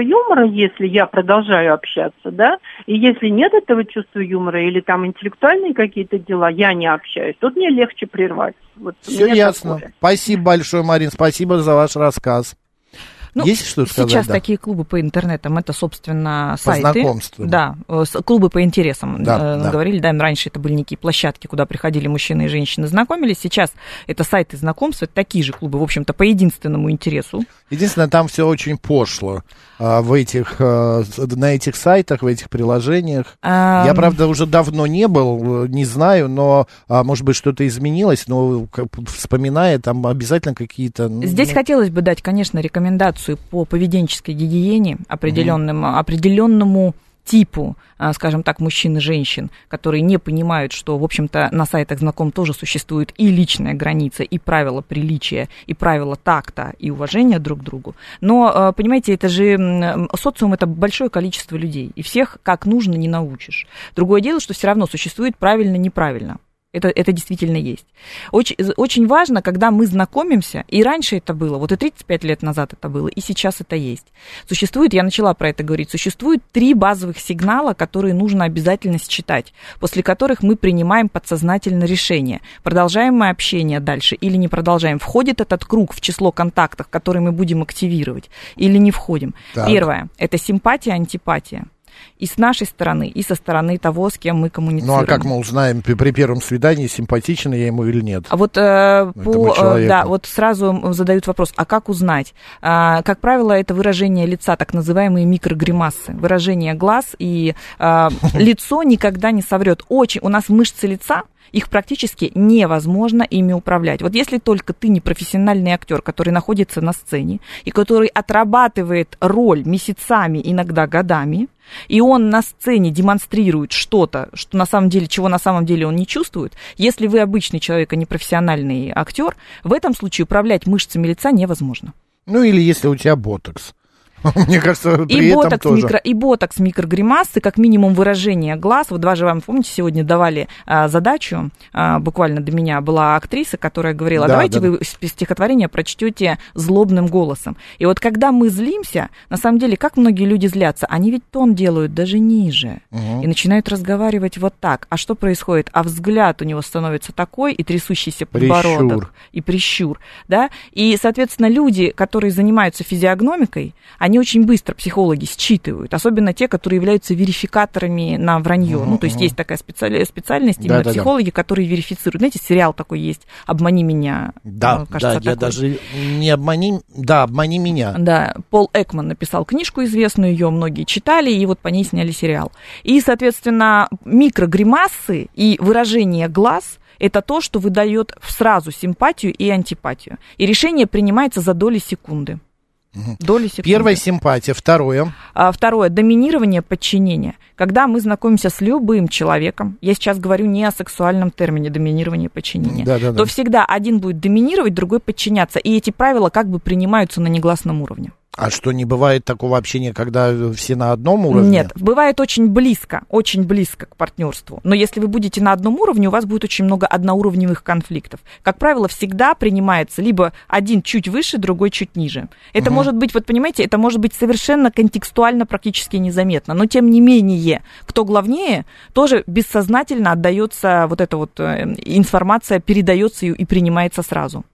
юмора, если я продолжаю общаться, да, и если нет этого чувства юмора или там интеллектуальные какие-то дела, я не общаюсь, тут мне легче прервать. Вот все ясно. Такое. Спасибо большое, Марин, спасибо за ваш рассказ. Ну, есть что сказать? Сейчас да. такие клубы по интернетам, это, собственно, по сайты. Знакомству. Да, клубы по интересам. Да, э, да. Говорили, да, раньше это были некие площадки, куда приходили мужчины и женщины, знакомились. Сейчас это сайты знакомств, это такие же клубы, в общем-то, по единственному интересу. Единственное, там все очень пошло а, в этих, а, на этих сайтах, в этих приложениях. А... Я, правда, уже давно не был, не знаю, но, а, может быть, что-то изменилось, но, вспоминая, там обязательно какие-то... Здесь ну... хотелось бы дать, конечно, рекомендацию по поведенческой гигиене, определенному, mm-hmm. определенному типу, скажем так, мужчин и женщин, которые не понимают, что, в общем-то, на сайтах знакомств тоже существует и личная граница, и правила приличия, и правила такта, и уважения друг к другу. Но, понимаете, это же социум, это большое количество людей, и всех как нужно не научишь. Другое дело, что все равно существует правильно-неправильно. Это, это действительно есть. Очень, очень важно, когда мы знакомимся, и раньше это было, вот и тридцать пять лет назад это было, и сейчас это есть. Существует, я начала про это говорить, существует три базовых сигнала, которые нужно обязательно считать, после которых мы принимаем подсознательно решение, продолжаем мы общение дальше или не продолжаем, входит этот круг в число контактов, которые мы будем активировать, или не входим. Так. Первое, это симпатия, антипатия. И с нашей стороны, и со стороны того, с кем мы коммуницируем. Ну, а как мы узнаем при, при первом свидании, симпатичен я ему или нет? А вот, э, по, э, да, вот сразу задают вопрос, а как узнать? А, как правило, это выражение лица, так называемые микрогримасы. Выражение глаз, и э, лицо никогда не соврет. Очень, у нас мышцы лица, их практически невозможно ими управлять. Вот если только ты не профессиональный актер, который находится на сцене и который отрабатывает роль месяцами, иногда годами, и он на сцене демонстрирует что-то, что на самом деле, чего на самом деле он не чувствует, если вы обычный человек, а не профессиональный актер, в этом случае управлять мышцами лица невозможно. Ну или если у тебя ботокс. Мне кажется, при и этом ботокс, тоже. Микро, и ботокс, микрогримасы, как минимум выражение глаз. Вот даже вам, помните, сегодня давали а, задачу, а, буквально до меня была актриса, которая говорила, да, давайте да, вы да. стихотворение прочтете злобным голосом. И вот когда мы злимся, на самом деле, как многие люди злятся, они ведь тон делают даже ниже. Угу. И начинают разговаривать вот так. А что происходит? А взгляд у него становится такой, и трясущийся подбородок, прищур. и прищур. Да? И, соответственно, люди, которые занимаются физиогномикой, они Они очень быстро, психологи, считывают, особенно те, которые являются верификаторами на вранье. Uh-huh, ну, то есть uh-huh. есть такая специаль... специальность, именно да, психологи, да, да. которые верифицируют. Знаете, сериал такой есть «Обмани меня». Да, кажется, да, я даже не «Обмани», да, «Обмани меня». Да, Пол Экман написал книжку известную, ее многие читали, и вот по ней сняли сериал. И, соответственно, микрогримасы и выражение глаз – это то, что выдает сразу симпатию и антипатию. И решение принимается за доли секунды. Доли секунды. Первая симпатия, второе. А, второе, доминирование, подчинение. Когда мы знакомимся с любым человеком, я сейчас говорю не о сексуальном термине доминирование, подчинение, да, да, да. то всегда один будет доминировать, другой подчиняться. И эти правила как бы принимаются на негласном уровне. А что, не бывает такого общения, когда все на одном уровне? Нет, бывает очень близко, очень близко к партнерству. Но если вы будете на одном уровне, у вас будет очень много одноуровневых конфликтов. Как правило, всегда принимается либо один чуть выше, другой чуть ниже. Это угу. может быть, вот понимаете, это может быть совершенно контекстуально практически незаметно. Но тем не менее, кто главнее, тоже бессознательно отдается вот эта вот информация, передается и принимается сразу.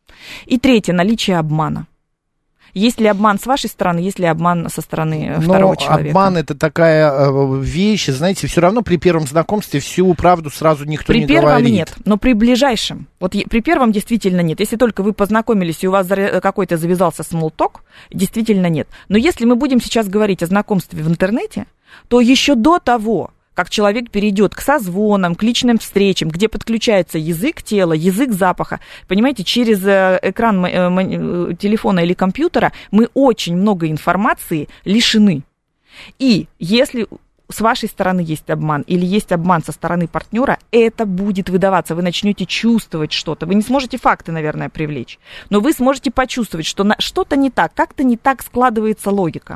И третье, наличие обмана. Есть ли обман с вашей стороны, есть ли обман со стороны второго Но человека? Обман — это такая вещь, знаете, все равно при первом знакомстве всю правду сразу никто при не говорит. При первом нет, но при ближайшем. Вот при первом действительно нет. Если только вы познакомились и у вас какой-то завязался смолток, действительно нет. Но если мы будем сейчас говорить о знакомстве в интернете, то еще до того, как человек перейдет к созвонам, к личным встречам, где подключается язык тела, язык запаха. Понимаете, через экран телефона или компьютера мы очень много информации лишены. И если с вашей стороны есть обман или есть обман со стороны партнера, это будет выдаваться. Вы начнете чувствовать что-то. Вы не сможете факты, наверное, привлечь, но вы сможете почувствовать, что что-то не так, как-то не так складывается логика.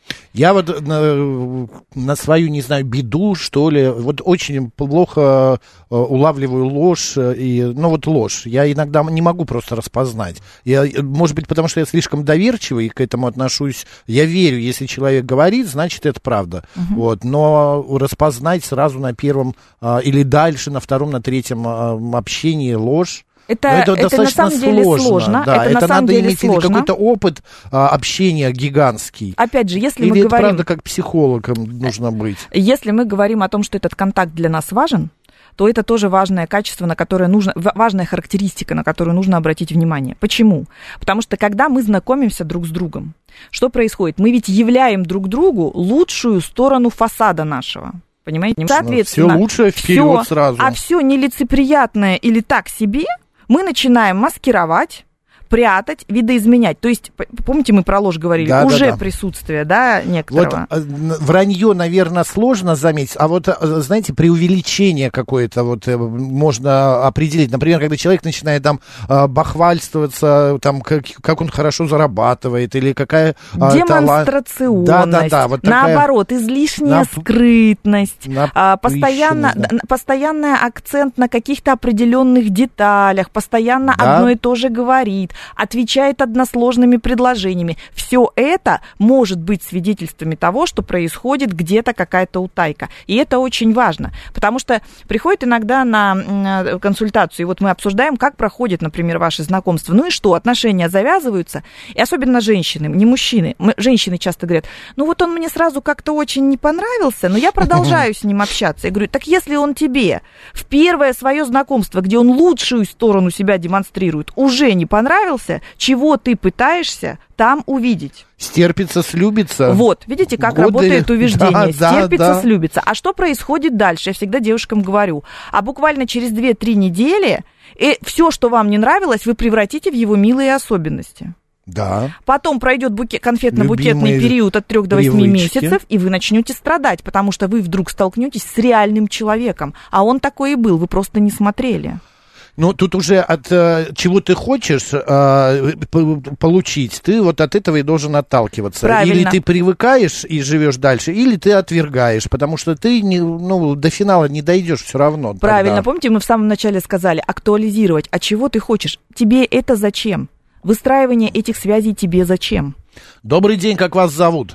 Я вот на, на свою, не знаю, беду, что ли, вот очень плохо улавливаю ложь, и, ну вот ложь. Я иногда не могу просто распознать. Я, может быть, потому что я слишком доверчивый и к этому отношусь. Я верю, если человек говорит, значит, это правда. Uh-huh. Вот, но распознать сразу на первом или дальше, на втором, на третьем общении ложь. Это, это, это на самом сложно. деле сложно. Да, это, это на самом надо деле иметь сложно. какой-то опыт а, общения гигантский. Опять же, если Или мы это говорим... правда как психологом нужно быть? Если мы говорим о том, что этот контакт для нас важен, то это тоже важное качество, на которое нужно, важная характеристика, на которую нужно обратить внимание. Почему? Потому что когда мы знакомимся друг с другом, что происходит? Мы ведь являем друг другу лучшую сторону фасада нашего. Понимаете? Соответственно, все лучшее вперед всё, сразу. А все нелицеприятное или так себе мы начинаем маскировать, прятать, видоизменять. То есть, помните, мы про ложь говорили, да, уже да, да. присутствие, да, некоторого. Вот вранье, наверное, сложно заметить, а вот, знаете, преувеличение какое-то вот можно определить. Например, когда человек начинает там бахвальствоваться, там, как, как он хорошо зарабатывает, или какая... Демонстрационность. Да, да, да, вот такая... Наоборот, излишняя Нап... скрытность, Напыщенность, постоянно, да. постоянный акцент на каких-то определенных деталях, постоянно да? одно и то же говорит, отвечает односложными предложениями. Все это может быть свидетельствами того, что происходит где-то какая-то утайка. И это очень важно, потому что приходит иногда на консультацию, и вот мы обсуждаем, как проходит, например, ваше знакомство. Ну и что, отношения завязываются, и особенно женщины, не мужчины. Мы, женщины часто говорят, ну вот он мне сразу как-то очень не понравился, но я продолжаю с ним общаться. Я говорю, так если он тебе в первое свое знакомство, где он лучшую сторону себя демонстрирует, уже не понравился, чего ты пытаешься там увидеть? Стерпится, слюбится. Вот, видите, как Годы... работает увиждение. Да, Стерпится, да, слюбится. А что происходит дальше? Я всегда девушкам говорю. А буквально через две-три недели и все, что вам не нравилось, вы превратите в его милые особенности. Да. Потом пройдет буке... конфетно-букетный период от трёх до восьми месяцев, и вы начнете страдать, потому что вы вдруг столкнетесь с реальным человеком. А он такой и был, вы просто не смотрели. Ну, тут уже от э, чего ты хочешь э, получить, ты вот от этого и должен отталкиваться. Правильно. Или ты привыкаешь и живешь дальше, или ты отвергаешь, потому что ты не, ну, до финала не дойдешь все равно. Правильно. Тогда. Помните, мы в самом начале сказали, актуализировать. А чего ты хочешь? Тебе это зачем? Выстраивание этих связей тебе зачем? Добрый день, как вас зовут?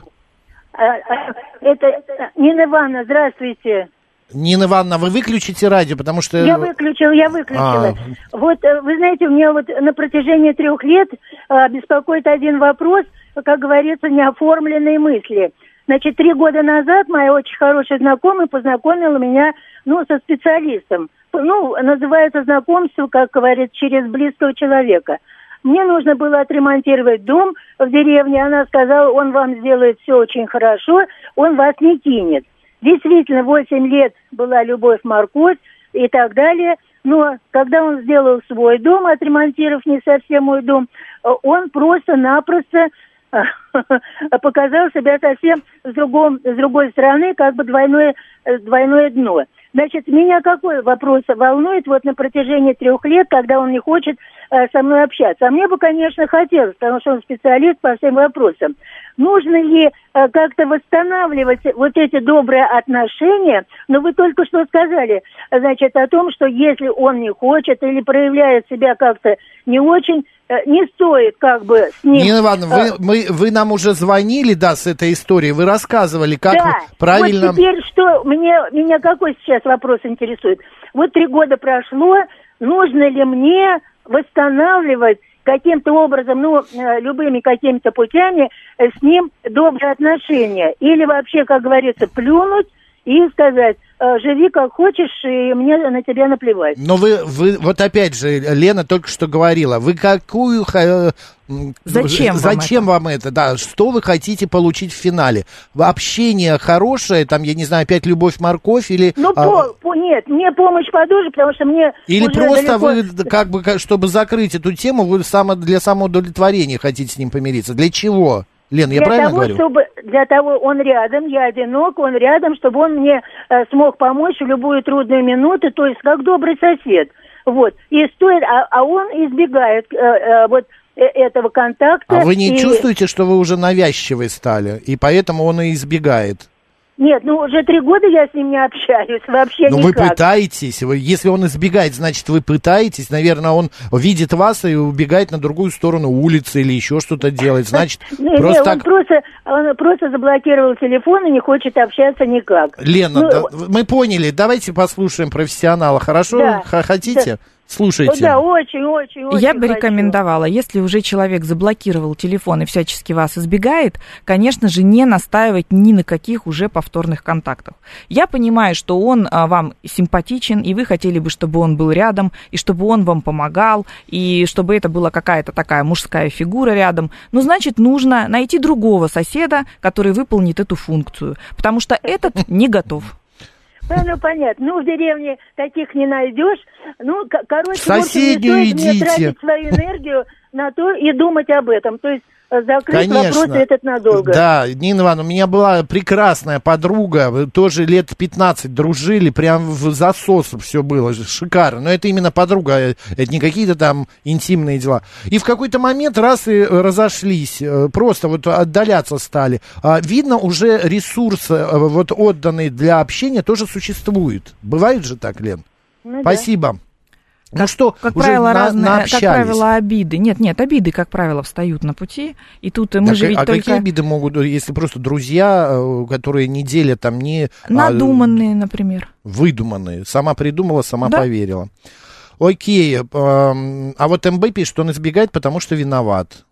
Это Нина Ивановна, здравствуйте. Нина Ивановна, вы выключите радио, потому что... Я выключила, я выключила. А. Вот, вы знаете, у меня вот на протяжении трех лет а, беспокоит один вопрос, как говорится, неоформленные мысли. Значит, три года назад моя очень хорошая знакомая познакомила меня, ну, со специалистом. Ну, называется знакомство, как говорят, через близкого человека. Мне нужно было отремонтировать дом в деревне. Она сказала, он вам сделает все очень хорошо, он вас не кинет. Действительно, восемь лет была любовь-морковь и так далее. Но когда он сделал свой дом, отремонтировав не совсем мой дом, он просто-напросто показал себя совсем с, другом, с другой стороны, как бы двойное, двойное дно. Значит, меня какой вопрос волнует вот на протяжении трех лет, когда он не хочет э, со мной общаться? А мне бы, конечно, хотелось, потому что он специалист по всем вопросам. Нужно ли э, как-то восстанавливать вот эти добрые отношения? Но вы только что сказали, значит, о том, что если он не хочет или проявляет себя как-то не очень, э, не стоит как бы с ним... Нина Ивановна, вы, мы, вы нам уже звонили, да, с этой историей, вы рассказывали, как да. правильно... Вот теперь что, меня, меня какой сейчас вопрос интересует? Вот три года прошло, нужно ли мне восстанавливать каким-то образом, ну, любыми какими-то путями с ним добрые отношения? Или вообще, как говорится, плюнуть и сказать, живи как хочешь, и мне на тебя наплевать. Но вы, вы, вот опять же, Лена только что говорила, вы какую... Зачем, Зачем вам, вам это? Да, что вы хотите получить в финале? Общение хорошее, там, я не знаю, опять любовь-морковь или... Ну, а... по, по, нет, мне помощь по душе, потому что мне... Или просто далеко... вы, как бы, чтобы закрыть эту тему, вы само, для самоудовлетворения хотите с ним помириться. Для чего? Лен, я для правильно того, говорю? Чтобы, для того, он рядом, я одинок, он рядом, чтобы он мне э, смог помочь в любую трудную минуту, то есть как добрый сосед. Вот. И стоит, а, а он избегает, э, э, вот, этого контакта. А вы не и... чувствуете, что вы уже навязчивой стали, и поэтому он и избегает? Нет, ну уже три года я с ним не общаюсь, вообще Но никак. вы пытаетесь, вы, если он избегает, значит, вы пытаетесь, наверное, он видит вас и убегает на другую сторону улицы или еще что-то делает, значит, не, просто не, так... он просто, он просто заблокировал телефон и не хочет общаться никак. Лена, ну, да, мы поняли, давайте послушаем профессионала, хорошо? Да, Хотите? Да. Слушайте. Да, очень, очень, очень Я бы хочу. рекомендовала, если уже человек заблокировал телефон и всячески вас избегает, конечно же, не настаивать ни на каких уже повторных контактах. Я понимаю, что он а, вам симпатичен, и вы хотели бы, чтобы он был рядом, и чтобы он вам помогал, и чтобы это была какая-то такая мужская фигура рядом. Но, значит, нужно найти другого соседа, который выполнит эту функцию, потому что этот не готов. Ну, понятно. Ну, в деревне таких не найдешь. Ну, к- короче, В соседнюю не стоит мне идите. тратить свою энергию на то и думать об этом. То есть закрыть Конечно. вопрос этот надолго. Да, Нина Ивановна, у меня была прекрасная подруга, тоже лет пятнадцать дружили, прям в засос все было, шикарно. Но это именно подруга, это не какие-то там интимные дела. И в какой-то момент раз и разошлись, просто вот отдаляться стали. Видно, уже ресурс вот отданный для общения тоже существует. Бывает же так, Лен? Ну, Спасибо. Как, ну что, как уже правило, на, разные, как наобщались. правило, обиды. Нет, нет, обиды, как правило, встают на пути. И тут мы Так, же ведь а только... какие обиды могут, если просто друзья, которые не делят там, не... Надуманные, а, например. Выдуманные. Сама придумала, сама да? поверила. Окей. Э, а вот МБ пишет, что он избегает, потому что виноват.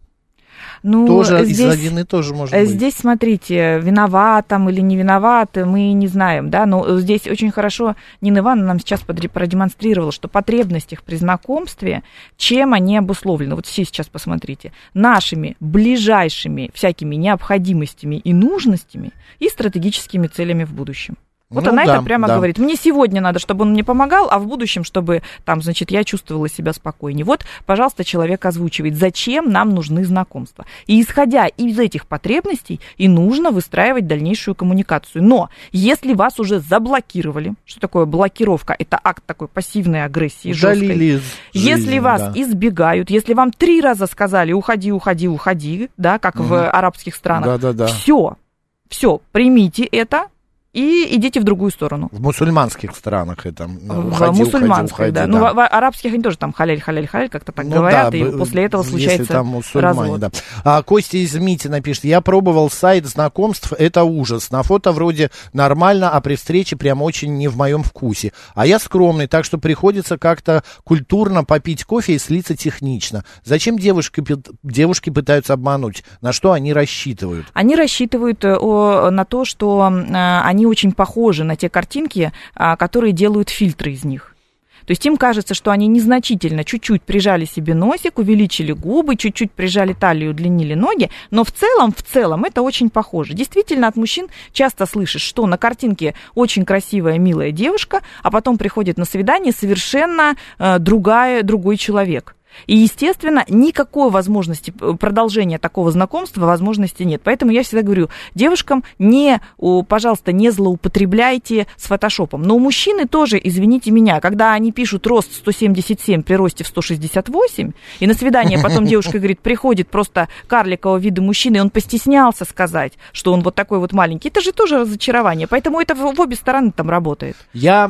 Ну, тоже здесь, из-за вины тоже может быть. Здесь, смотрите, виноват там или не виноват, мы не знаем, да, но здесь очень хорошо Нина Ивановна нам сейчас продемонстрировала, что потребность их при знакомстве, чем они обусловлены. Вот все сейчас посмотрите. Нашими ближайшими всякими необходимостями и нужностями и стратегическими целями в будущем. Вот ну, она да, это прямо да. говорит. Мне сегодня надо, чтобы он мне помогал, а в будущем, чтобы там, значит, я чувствовала себя спокойнее. Вот, пожалуйста, человек озвучивает, зачем нам нужны знакомства. И исходя из этих потребностей, и нужно выстраивать дальнейшую коммуникацию. Но если вас уже заблокировали, что такое блокировка? Это акт такой пассивной агрессии, жесткой. Если вас да. избегают, если вам три раза сказали уходи, уходи, уходи, да, как угу. в арабских странах, да, да, да. все, все, примите это. И идите в другую сторону. В мусульманских странах это в уходи, мусульманских, уходи, да. уходи, Ну, да. в, в арабских они тоже там халяль, халяль, халяль, как-то так ну, говорят, да, и после этого случается там мусульмане, развод. Да. А, Костя из Митина пишет, я пробовал сайт знакомств, это ужас. На фото вроде нормально, а при встрече прям очень не в моем вкусе. А я скромный, так что приходится как-то культурно попить кофе и слиться технично. Зачем девушки, девушки пытаются обмануть? На что они рассчитывают? Они рассчитывают о, на то, что а, они очень похожи на те картинки, которые делают фильтры из них. То есть им кажется, что они незначительно чуть-чуть прижали себе носик, увеличили губы, чуть-чуть прижали талию, удлинили ноги, но в целом, в целом это очень похоже. Действительно, от мужчин часто слышишь, что на картинке очень красивая, милая девушка, а потом приходит на свидание совершенно э, другая, другой человек. И, естественно, никакой возможности продолжения такого знакомства возможности нет. Поэтому я всегда говорю, девушкам, не, пожалуйста, не злоупотребляйте с фотошопом. Но у мужчины тоже, извините меня, когда они пишут рост сто семьдесят семь при росте в сто шестьдесят восемь, и на свидание потом девушка говорит, приходит просто карликового вида мужчина, и он постеснялся сказать, что он вот такой вот маленький, это же тоже разочарование. Поэтому это в обе стороны там работает. Я...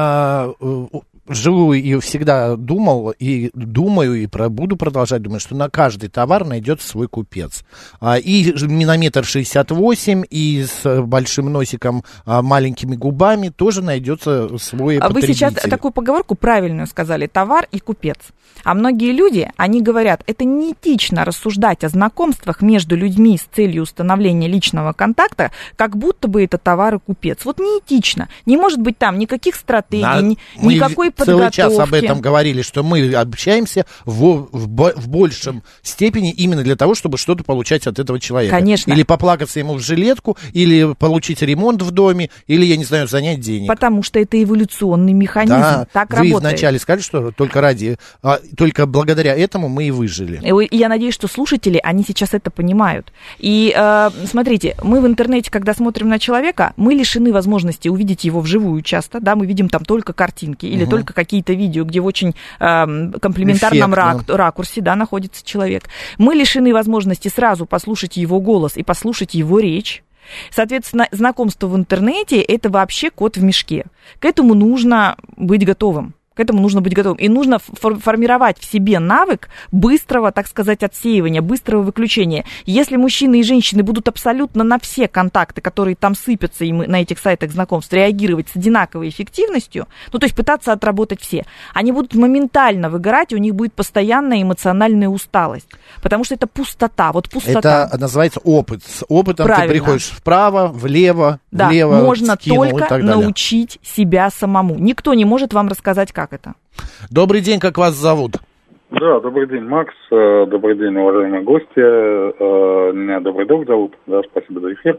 Э- живу и всегда думал, и думаю, и про, буду продолжать думать, что на каждый товар найдется свой купец. А, и на метр шестьдесят восемь, и с большим носиком, а, маленькими губами тоже найдется свой а потребитель. Вы сейчас такую поговорку правильную сказали, товар и купец. А многие люди, они говорят, это неэтично рассуждать о знакомствах между людьми с целью установления личного контакта, как будто бы это товар и купец. Вот неэтично. Не может быть там никаких стратегий, На... ни, никакой подготовки. Целый час об этом говорили, что мы общаемся в, в, в большем степени именно для того, чтобы что-то получать от этого человека. Конечно. Или поплакаться ему в жилетку, или получить ремонт в доме, или, я не знаю, занять денег. Потому что это эволюционный механизм. Да, так вы работает. вначале сказали, что только ради, только благодаря этому мы и выжили. И я надеюсь, что слушатели, они сейчас это понимают. И э, смотрите, мы в интернете, когда смотрим на человека, мы лишены возможности увидеть его вживую часто, да, мы видим там только картинки или угу. только только какие-то видео, где в очень э, комплиментарном рак, ракурсе, да, находится человек. Мы лишены возможности сразу послушать его голос и послушать его речь. Соответственно, знакомство в интернете – это вообще кот в мешке. К этому нужно быть готовым. К этому нужно быть готовым. И нужно фор- формировать в себе навык быстрого, так сказать, отсеивания, быстрого выключения. Если мужчины и женщины будут абсолютно на все контакты, которые там сыпятся им на этих сайтах знакомств, реагировать с одинаковой эффективностью, ну, то есть пытаться отработать все, они будут моментально выгорать, и у них будет постоянная эмоциональная усталость. Потому что это пустота. Вот пустота. Это называется опыт. С опытом Правильно. Ты приходишь вправо, влево, да, влево, можно скинул только и так далее. научить себя самому. Никто не может вам рассказать, как это. Добрый день, как вас зовут? Да, добрый день, Макс. Добрый день, уважаемые гости. Меня Добрый Дог зовут. Да, спасибо за эфир.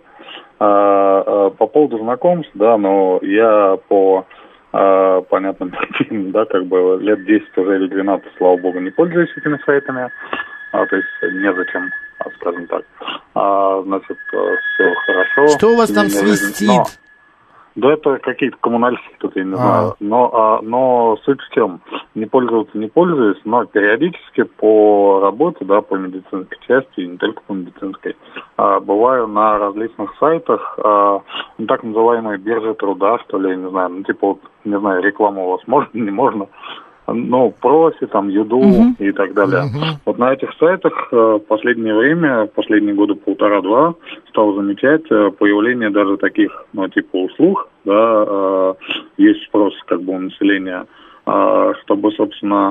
По поводу знакомств, да, но я по понятным причинам, да, как бы лет десять уже или двенадцать, слава богу, не пользуюсь этими сайтами. А, то есть незачем, скажем так. А, значит, все хорошо. Что у вас там свистит? Но... Да это какие-то коммунальщики тут, я не А. знаю. Но, а, но суть в чем? Не пользоваться не пользуюсь, но периодически по работе, да, по медицинской части, и не только по медицинской, а, бываю на различных сайтах, а, ну, так называемые биржи труда, что ли, я не знаю, ну, типа, вот, не знаю, реклама у вас можно, не можно, ну, профи, там, Юду uh-huh. и так далее. Uh-huh. Вот на этих сайтах в последнее время, последние года полтора-два, стал замечать появление даже таких, ну, типа, услуг, да, есть спрос, как бы, у населения, чтобы, собственно,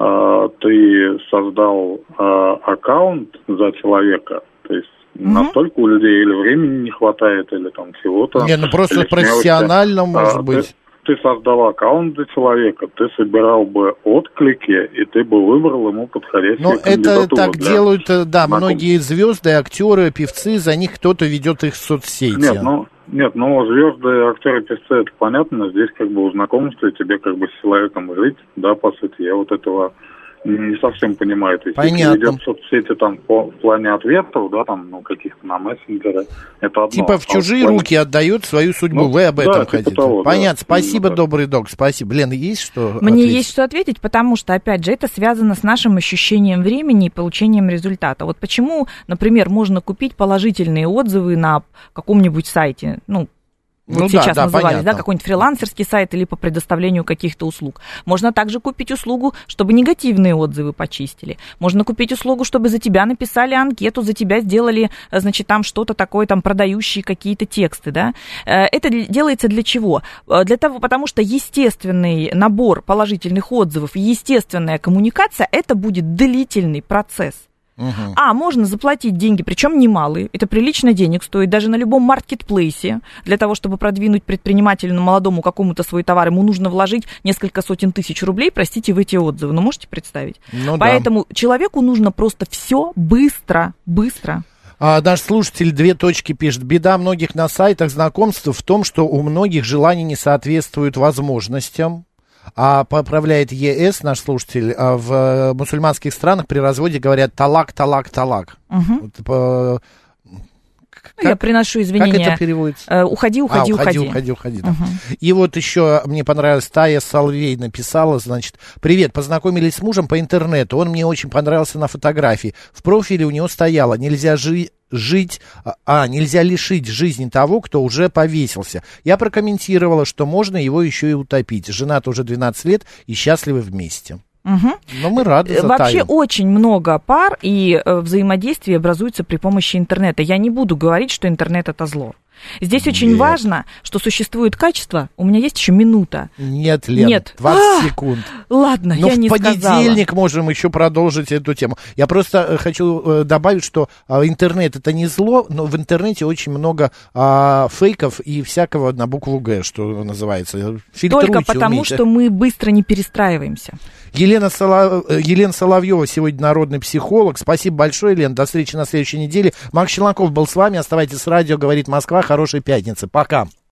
ты создал аккаунт за человека, то есть uh-huh. настолько у людей или времени не хватает, или там чего-то. Не, ну, просто профессионально, может быть. Ты создал аккаунт для человека, ты собирал бы отклики, и ты бы выбрал ему подходящую Ну, кандидатуру. это так для делают, да, знакомства. Многие звезды, актеры, певцы, за них кто-то ведет их в соцсети. Нет, ну, нет, ну, звезды, актеры, певцы, это понятно, здесь как бы у знакомства тебе как бы с человеком жить, да, по сути, я вот этого не совсем понимаю. То есть, Понятно. если ведет в соцсети там по в плане ответов, да, там, ну, каких-то на мессенджеры, это одно. Типа в А чужие плане... руки отдают свою судьбу. Ну, Вы об этом да, типа хотите. того, Понятно. да. Спасибо, Ну, Добрый Дог. Спасибо. Лена, есть что Мне ответить? есть что ответить, потому что, опять же, это связано с нашим ощущением времени и получением результата. Вот почему, например, можно купить положительные отзывы на каком-нибудь сайте, ну, вот Ну, сейчас да, да, назывались, понятно. да, какой-нибудь фрилансерский сайт или по предоставлению каких-то услуг. Можно также купить услугу, чтобы негативные отзывы почистили. Можно купить услугу, чтобы за тебя написали анкету, за тебя сделали, значит, там что-то такое, там, продающие какие-то тексты, да. Это делается для чего? Для того, потому что естественный набор положительных отзывов, естественная коммуникация, это будет длительный процесс. Uh-huh. А, можно заплатить деньги, причем немалые, это прилично денег стоит, даже на любом маркетплейсе, для того, чтобы продвинуть предпринимателю молодому какому-то свой товар, ему нужно вложить несколько сотен тысяч рублей, простите, в эти отзывы, ну, можете представить? Ну, Поэтому да. человеку нужно просто все быстро, быстро. А наш слушатель две точки пишет. Беда многих на сайтах знакомств в том, что у многих желания не соответствуют возможностям. А поправляет ЕС наш слушатель, в мусульманских странах при разводе говорят талак, талак, талак. Угу. Вот, по, как, я приношу извинения. Как это переводится? Уходи, уходи, а, уходи. уходи, уходи, уходи да. Угу. И вот еще мне понравилось, Тая Соловей написала, значит, привет, познакомились с мужем по интернету, он мне очень понравился на фотографии. В профиле у него стояло, нельзя жить... жить, а, нельзя лишить жизни того, кто уже повесился. Я прокомментировала, что можно его еще и утопить. Женат уже двенадцать лет и счастливы вместе. Угу. Но мы рады за Вообще Таю. очень много пар и э, взаимодействие образуется при помощи интернета. Я не буду говорить, что интернет это зло. Здесь Нет. очень важно, что существует качество. У меня есть еще минута. Нет, Лен, Нет. двадцать секунд. Ладно, Но я в не понедельник сказала. можем еще продолжить эту тему. Я просто хочу добавить, что интернет это не зло, но в интернете очень много а, фейков и всякого на букву Г, что называется. Фильтруйте, Только потому, умейте. что мы быстро не перестраиваемся. Елена, Солов... Елена Соловьева сегодня народный психолог. Спасибо большое, Елена. До встречи на следующей неделе. Макс Челноков был с вами. Оставайтесь с радио «Говорит Москва». Хорошей пятницы. Пока.